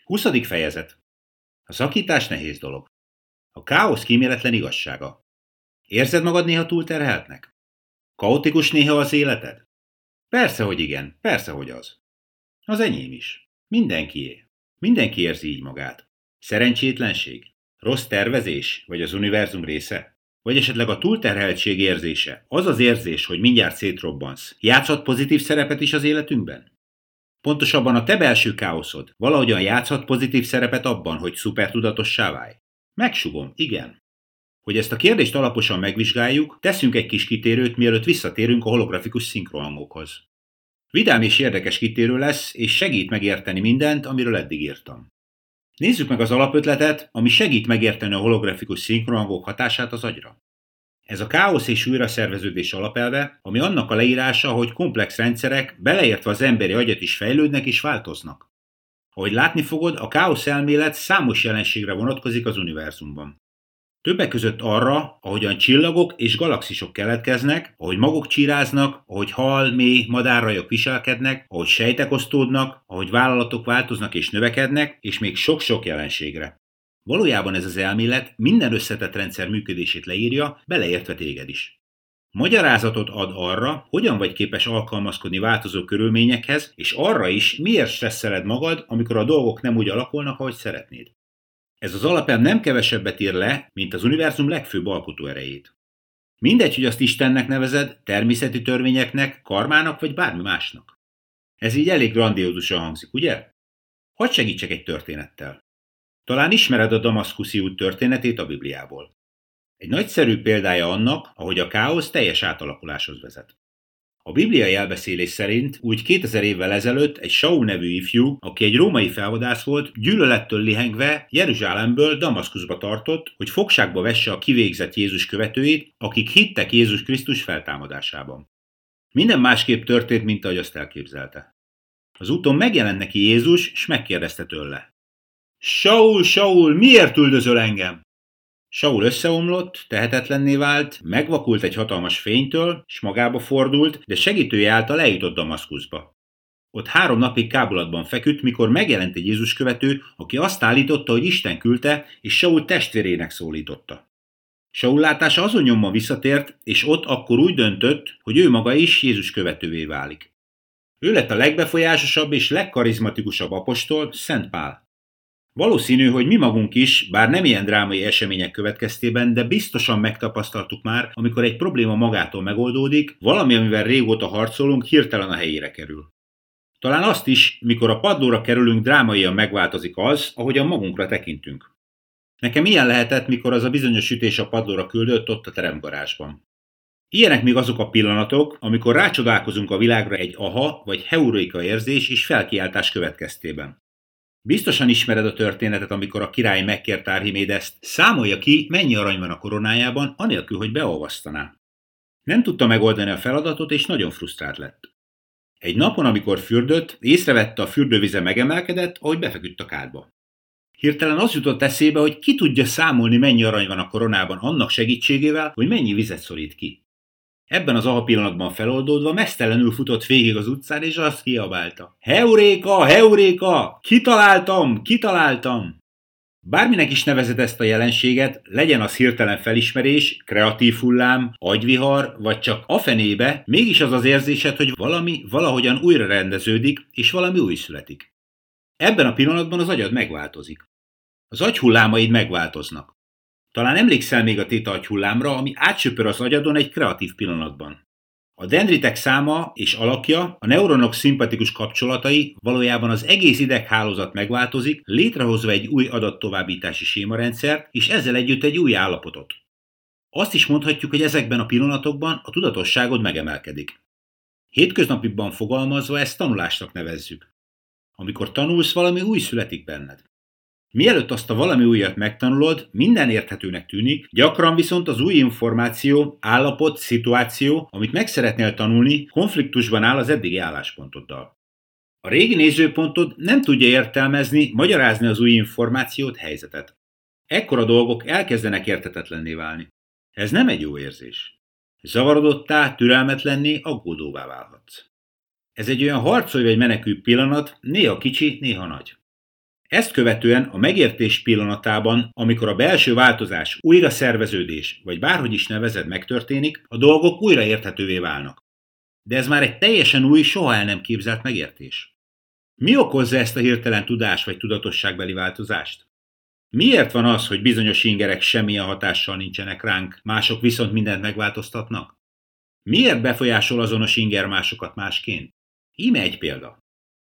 20. fejezet. A szakítás nehéz dolog. A káosz kíméletlen igazsága. Érzed magad néha túlterheltnek? Kaotikus néha az életed? Persze, hogy igen, persze, hogy az. Az enyém is. Mindenkié. Mindenki érzi így magát. Szerencsétlenség? Rossz tervezés? Vagy az univerzum része? Vagy esetleg a túlterheltség érzése? Az az érzés, hogy mindjárt szétrobbansz. Játszhat pozitív szerepet is az életünkben? Pontosabban a te belső káoszod valahogyan játszhat pozitív szerepet abban, hogy szupertudatossá válj? Megsugom, igen. Hogy ezt a kérdést alaposan megvizsgáljuk, teszünk egy kis kitérőt, mielőtt visszatérünk a holografikus szinkrohangokhoz. Vidám és érdekes kitérő lesz, és segít megérteni mindent, amiről eddig írtam. Nézzük meg az alapötletet, ami segít megérteni a holografikus szinkrohangok hatását az agyra. Ez a káosz és újraszerveződés alapelve, ami annak a leírása, hogy komplex rendszerek, beleértve az emberi agyat is fejlődnek és változnak. Ahogy látni fogod, a káosz elmélet számos jelenségre vonatkozik az univerzumban. Többek között arra, ahogyan csillagok és galaxisok keletkeznek, ahogy magok csíráznak, ahogy hal, méh, madárrajok viselkednek, ahogy sejtek osztódnak, ahogy vállalatok változnak és növekednek, és még sok-sok jelenségre. Valójában ez az elmélet minden összetett rendszer működését leírja, beleértve téged is. Magyarázatot ad arra, hogyan vagy képes alkalmazkodni változó körülményekhez, és arra is, miért stresszeled magad, amikor a dolgok nem úgy alakulnak, ahogy szeretnéd. Ez az alapelv nem kevesebbet ír le, mint az univerzum legfőbb alkotóerejét. Mindegy, hogy azt Istennek nevezed, természeti törvényeknek, karmának vagy bármi másnak. Ez így elég grandiózusan hangzik, ugye? Hadd segítsek egy történettel. Talán ismered a Damaszkuszi út történetét a Bibliából. Egy nagyszerű példája annak, ahogy a káosz teljes átalakuláshoz vezet. A bibliai elbeszélés szerint úgy 2000 évvel ezelőtt egy Saul nevű ifjú, aki egy római felvadász volt, gyűlölettől lihegve Jeruzsálemből Damaszkuszba tartott, hogy fogságba vesse a kivégzett Jézus követőit, akik hittek Jézus Krisztus feltámadásában. Minden másképp történt, mint ahogy azt elképzelte. Az úton megjelent neki Jézus, és megkérdezte tőle: Saul, Saul, miért üldözöl engem? Saul összeomlott, tehetetlenné vált, megvakult egy hatalmas fénytől, s magába fordult, de segítője által eljutott Damaszkuszba. Ott 3 napig kábulatban feküdt, mikor megjelent egy Jézus követő, aki azt állította, hogy Isten küldte, és Saul testvérének szólította. Saul látása azon nyomban visszatért, és ott akkor úgy döntött, hogy ő maga is Jézus követővé válik. Ő lett a legbefolyásosabb és legkarizmatikusabb apostol, Szent Pál. Valószínű, hogy mi magunk is, bár nem ilyen drámai események következtében, de biztosan megtapasztaltuk már, amikor egy probléma magától megoldódik, valami, amivel régóta harcolunk, hirtelen a helyére kerül. Talán azt is, mikor a padlóra kerülünk, drámaian megváltozik az, ahogyan magunkra tekintünk. Nekem ilyen lehetett, mikor az a bizonyos ütés a padlóra küldött ott a teremgarázsban. Ilyenek még azok a pillanatok, amikor rácsodálkozunk a világra egy aha vagy heurika érzés és felkiáltás következtében. Biztosan ismered a történetet, amikor a király megkérte Archimédeszt, számolja ki, mennyi arany van a koronájában, anélkül, hogy beolvasztaná. Nem tudta megoldani a feladatot, és nagyon frusztrált lett. Egy napon, amikor fürdött, észrevette, a fürdővize megemelkedett, ahogy befeküdt a kádba. Hirtelen az jutott eszébe, hogy ki tudja számolni, mennyi arany van a koronában annak segítségével, hogy mennyi vizet szorít ki. Ebben az pillanatban feloldódva meztelenül futott végig az utcán, és azt kiabálta: Heuréka, heuréka! Kitaláltam, kitaláltam! Bárminek is nevezed ezt a jelenséget, legyen az hirtelen felismerés, kreatív hullám, agyvihar, vagy csak a fenébe, mégis az az érzésed, hogy valami valahogyan újra rendeződik, és valami új születik. Ebben a pillanatban az agyad megváltozik. Az agyhullámaid megváltoznak. Talán emlékszel még a téta agyhullámra, ami átsöpör az agyadon egy kreatív pillanatban. A dendritek száma és alakja, a neuronok szimpatikus kapcsolatai, valójában az egész ideghálózat megváltozik, létrehozva egy új adattovábbítási sémarendszert, és ezzel együtt egy új állapotot. Azt is mondhatjuk, hogy ezekben a pillanatokban a tudatosságod megemelkedik. Hétköznapiban fogalmazva ezt tanulásnak nevezzük. Amikor tanulsz, valami új születik benned. Mielőtt azt a valami újat megtanulod, minden érthetőnek tűnik, gyakran viszont az új információ, állapot, szituáció, amit meg szeretnél tanulni, konfliktusban áll az eddigi álláspontoddal. A régi nézőpontod nem tudja értelmezni, magyarázni az új információt, helyzetet. Ekkor a dolgok elkezdenek érthetetlenné válni. Ez nem egy jó érzés. Zavarodottá, türelmetlenné, aggódóvá válhatsz. Ez egy olyan harcolj vagy menekülj pillanat, néha kicsi, néha nagy. Ezt követően a megértés pillanatában, amikor a belső változás, újraszerveződés, vagy bárhogy is nevezed megtörténik, a dolgok újra érthetővé válnak. De ez már egy teljesen új, soha el nem képzelt megértés. Mi okozza ezt a hirtelen tudás vagy tudatosságbeli változást? Miért van az, hogy bizonyos ingerek semmilyen hatással nincsenek ránk, mások viszont mindent megváltoztatnak? Miért befolyásol azonos inger másokat másként? Íme egy példa.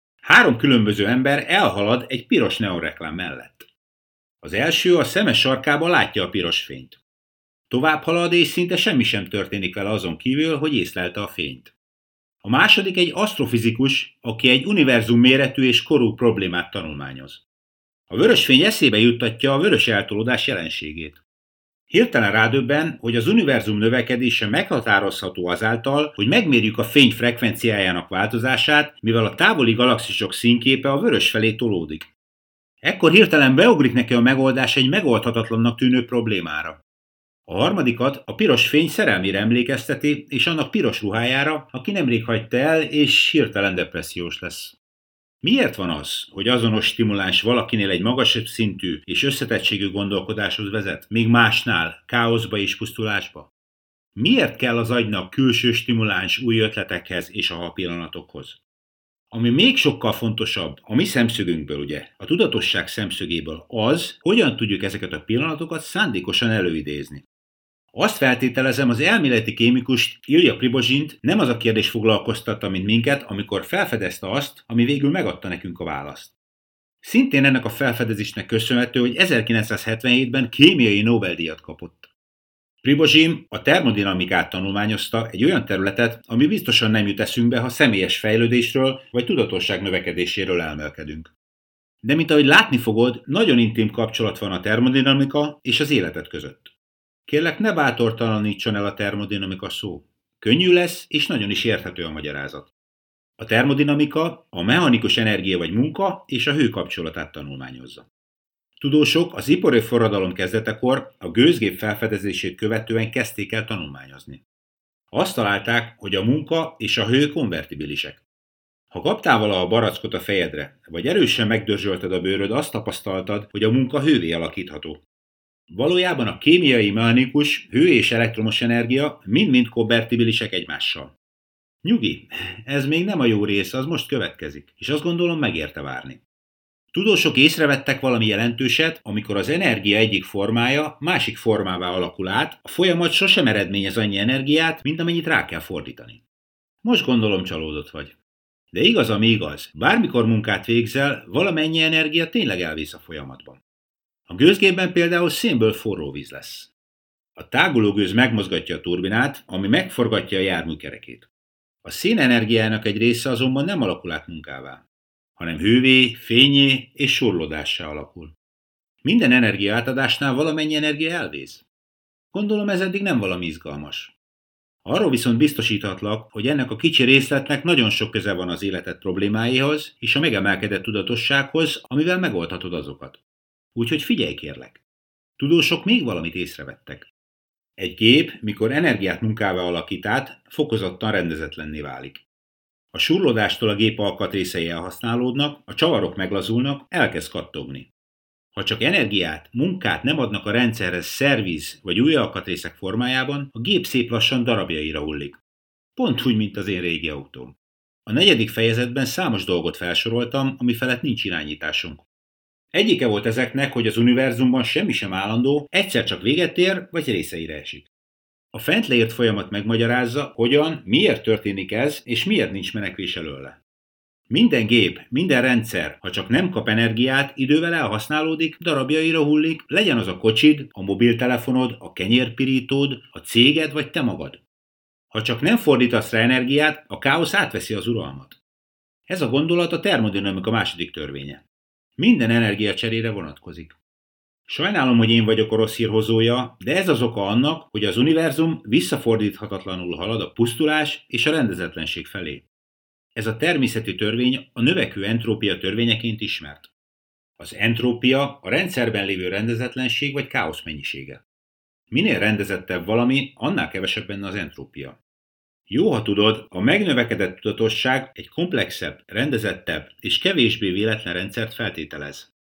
3 különböző ember elhalad egy piros neonreklám mellett. Az első a szeme sarkában látja a piros fényt. Tovább halad, és szinte semmi sem történik vele azon kívül, hogy észlelte a fényt. A második egy asztrofizikus, aki egy univerzum méretű és korú problémát tanulmányoz. A vörös fény eszébe juttatja a vörös eltolódás jelenségét. Hirtelen rádöbben, hogy az univerzum növekedése meghatározható azáltal, hogy megmérjük a fény frekvenciájának változását, mivel a távoli galaxisok színképe a vörös felé tolódik. Ekkor hirtelen beugrik neki a megoldás egy megoldhatatlannak tűnő problémára. A harmadikat a piros fény szerelmére emlékezteti, és annak piros ruhájára, aki nemrég hagyta el, és hirtelen depressziós lesz. Miért van az, hogy azonos stimuláns valakinél egy magasabb szintű és összetettségű gondolkodáshoz vezet, míg másnál káoszba és pusztulásba? Miért kell az agynak külső stimuláns új ötletekhez és a pillanatokhoz? Ami még sokkal fontosabb, a mi szemszögünkből ugye, a tudatosság szemszögéből az, hogyan tudjuk ezeket a pillanatokat szándékosan előidézni. Azt feltételezem, az elméleti kémikust, Ilja Prigozsint nem az a kérdés foglalkoztatta, mint minket, amikor felfedezte azt, ami végül megadta nekünk a választ. Szintén ennek a felfedezésnek köszönhető, hogy 1977-ben kémiai Nobel-díjat kapott. Prigozsin a termodinamikát tanulmányozta, egy olyan területet, ami biztosan nem jut eszünkbe, ha személyes fejlődésről vagy tudatosság növekedéséről elmélkedünk. De mint ahogy látni fogod, nagyon intim kapcsolat van a termodinamika és az életed között. Kérlek, ne bátortalanítson el a termodinamika szó. Könnyű lesz, és nagyon is érthető a magyarázat. A termodinamika a mechanikus energia vagy munka és a hő kapcsolatát tanulmányozza. Tudósok az ipari forradalom kezdetekor a gőzgép felfedezését követően kezdték el tanulmányozni. Azt találták, hogy a munka és a hő konvertibilisek. Ha kaptál vala a barackot a fejedre, vagy erősen megdörzsölted a bőröd, azt tapasztaltad, hogy a munka hővé alakítható. Valójában a kémiai, mechanikus, hő és elektromos energia mind-mind konvertibilisek egymással. Nyugi, ez még nem a jó rész, az most következik, és azt gondolom megérte várni. Tudósok észrevettek valami jelentőset, amikor az energia egyik formája másik formává alakul át, a folyamat sosem eredményez annyi energiát, mint amennyit rá kell fordítani. Most gondolom csalódott vagy. De igaz, ami igaz, bármikor munkát végzel, valamennyi energia tényleg elvész a folyamatban. A gőzgépben például szénből forró víz lesz. A tágulógőz megmozgatja a turbinát, ami megforgatja a jármű kerekét. A szénenergiának egy része azonban nem alakul át munkává, hanem hővé, fényé és surlódássá alakul. Minden energia átadásnál valamennyi energia elvész. Gondolom ez eddig nem valami izgalmas. Arról viszont biztosíthatlak, hogy ennek a kicsi részletnek nagyon sok köze van az életed problémáihoz és a megemelkedett tudatossághoz, amivel megoldhatod azokat. Úgyhogy figyelj kérlek! Tudósok még valamit észrevettek. Egy gép, mikor energiát munkává alakít át, fokozottan rendezetlenné válik. A surlódástól a gép alkatrészei elhasználódnak, a csavarok meglazulnak, elkezd kattogni. Ha csak energiát, munkát nem adnak a rendszerhez szerviz vagy új alkatrészek formájában, a gép szép lassan darabjaira hullik. Pont úgy, mint az én régi autóm. A 4. fejezetben számos dolgot felsoroltam, ami felett nincs irányításunk. Egyike volt ezeknek, hogy az univerzumban semmi sem állandó, egyszer csak véget ér, vagy részeire esik. A fent leírt folyamat megmagyarázza, hogyan, miért történik ez, és miért nincs menekvés előle. Minden gép, minden rendszer, ha csak nem kap energiát, idővel elhasználódik, darabjaira hullik, legyen az a kocsid, a mobiltelefonod, a kenyérpirítód, a céged vagy te magad. Ha csak nem fordítasz rá energiát, a káosz átveszi az uralmat. Ez a gondolat a termodinamika második törvénye. Minden energia cserére vonatkozik. Sajnálom, hogy én vagyok a rossz hírhozója, de ez az oka annak, hogy az univerzum visszafordíthatatlanul halad a pusztulás és a rendezetlenség felé. Ez a természeti törvény a növekvő entrópia törvényeként ismert. Az entrópia a rendszerben lévő rendezetlenség vagy káosz mennyisége. Minél rendezettebb valami, annál kevesebb benne az entrópia. Jó, ha tudod, a megnövekedett tudatosság egy komplexebb, rendezettebb és kevésbé véletlen rendszert feltételez.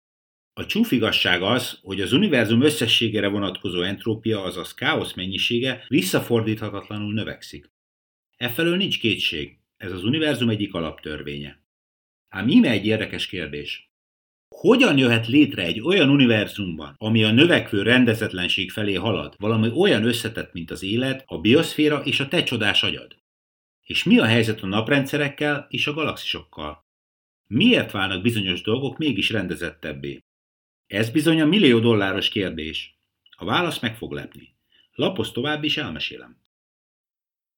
A csúfigasság az, hogy az univerzum összességére vonatkozó entrópia, azaz káosz mennyisége visszafordíthatatlanul növekszik. Efelől nincs kétség, ez az univerzum egyik alaptörvénye. Ám íme egy érdekes kérdés. Hogyan jöhet létre egy olyan univerzumban, ami a növekvő rendezetlenség felé halad, valami olyan összetett, mint az élet, a bioszféra és a te csodás agyad? És mi a helyzet a naprendszerekkel és a galaxisokkal? Miért válnak bizonyos dolgok mégis rendezettebbé? Ez bizony a millió dolláros kérdés. A válasz meg fog lepni. Lapozz tovább, és elmesélem.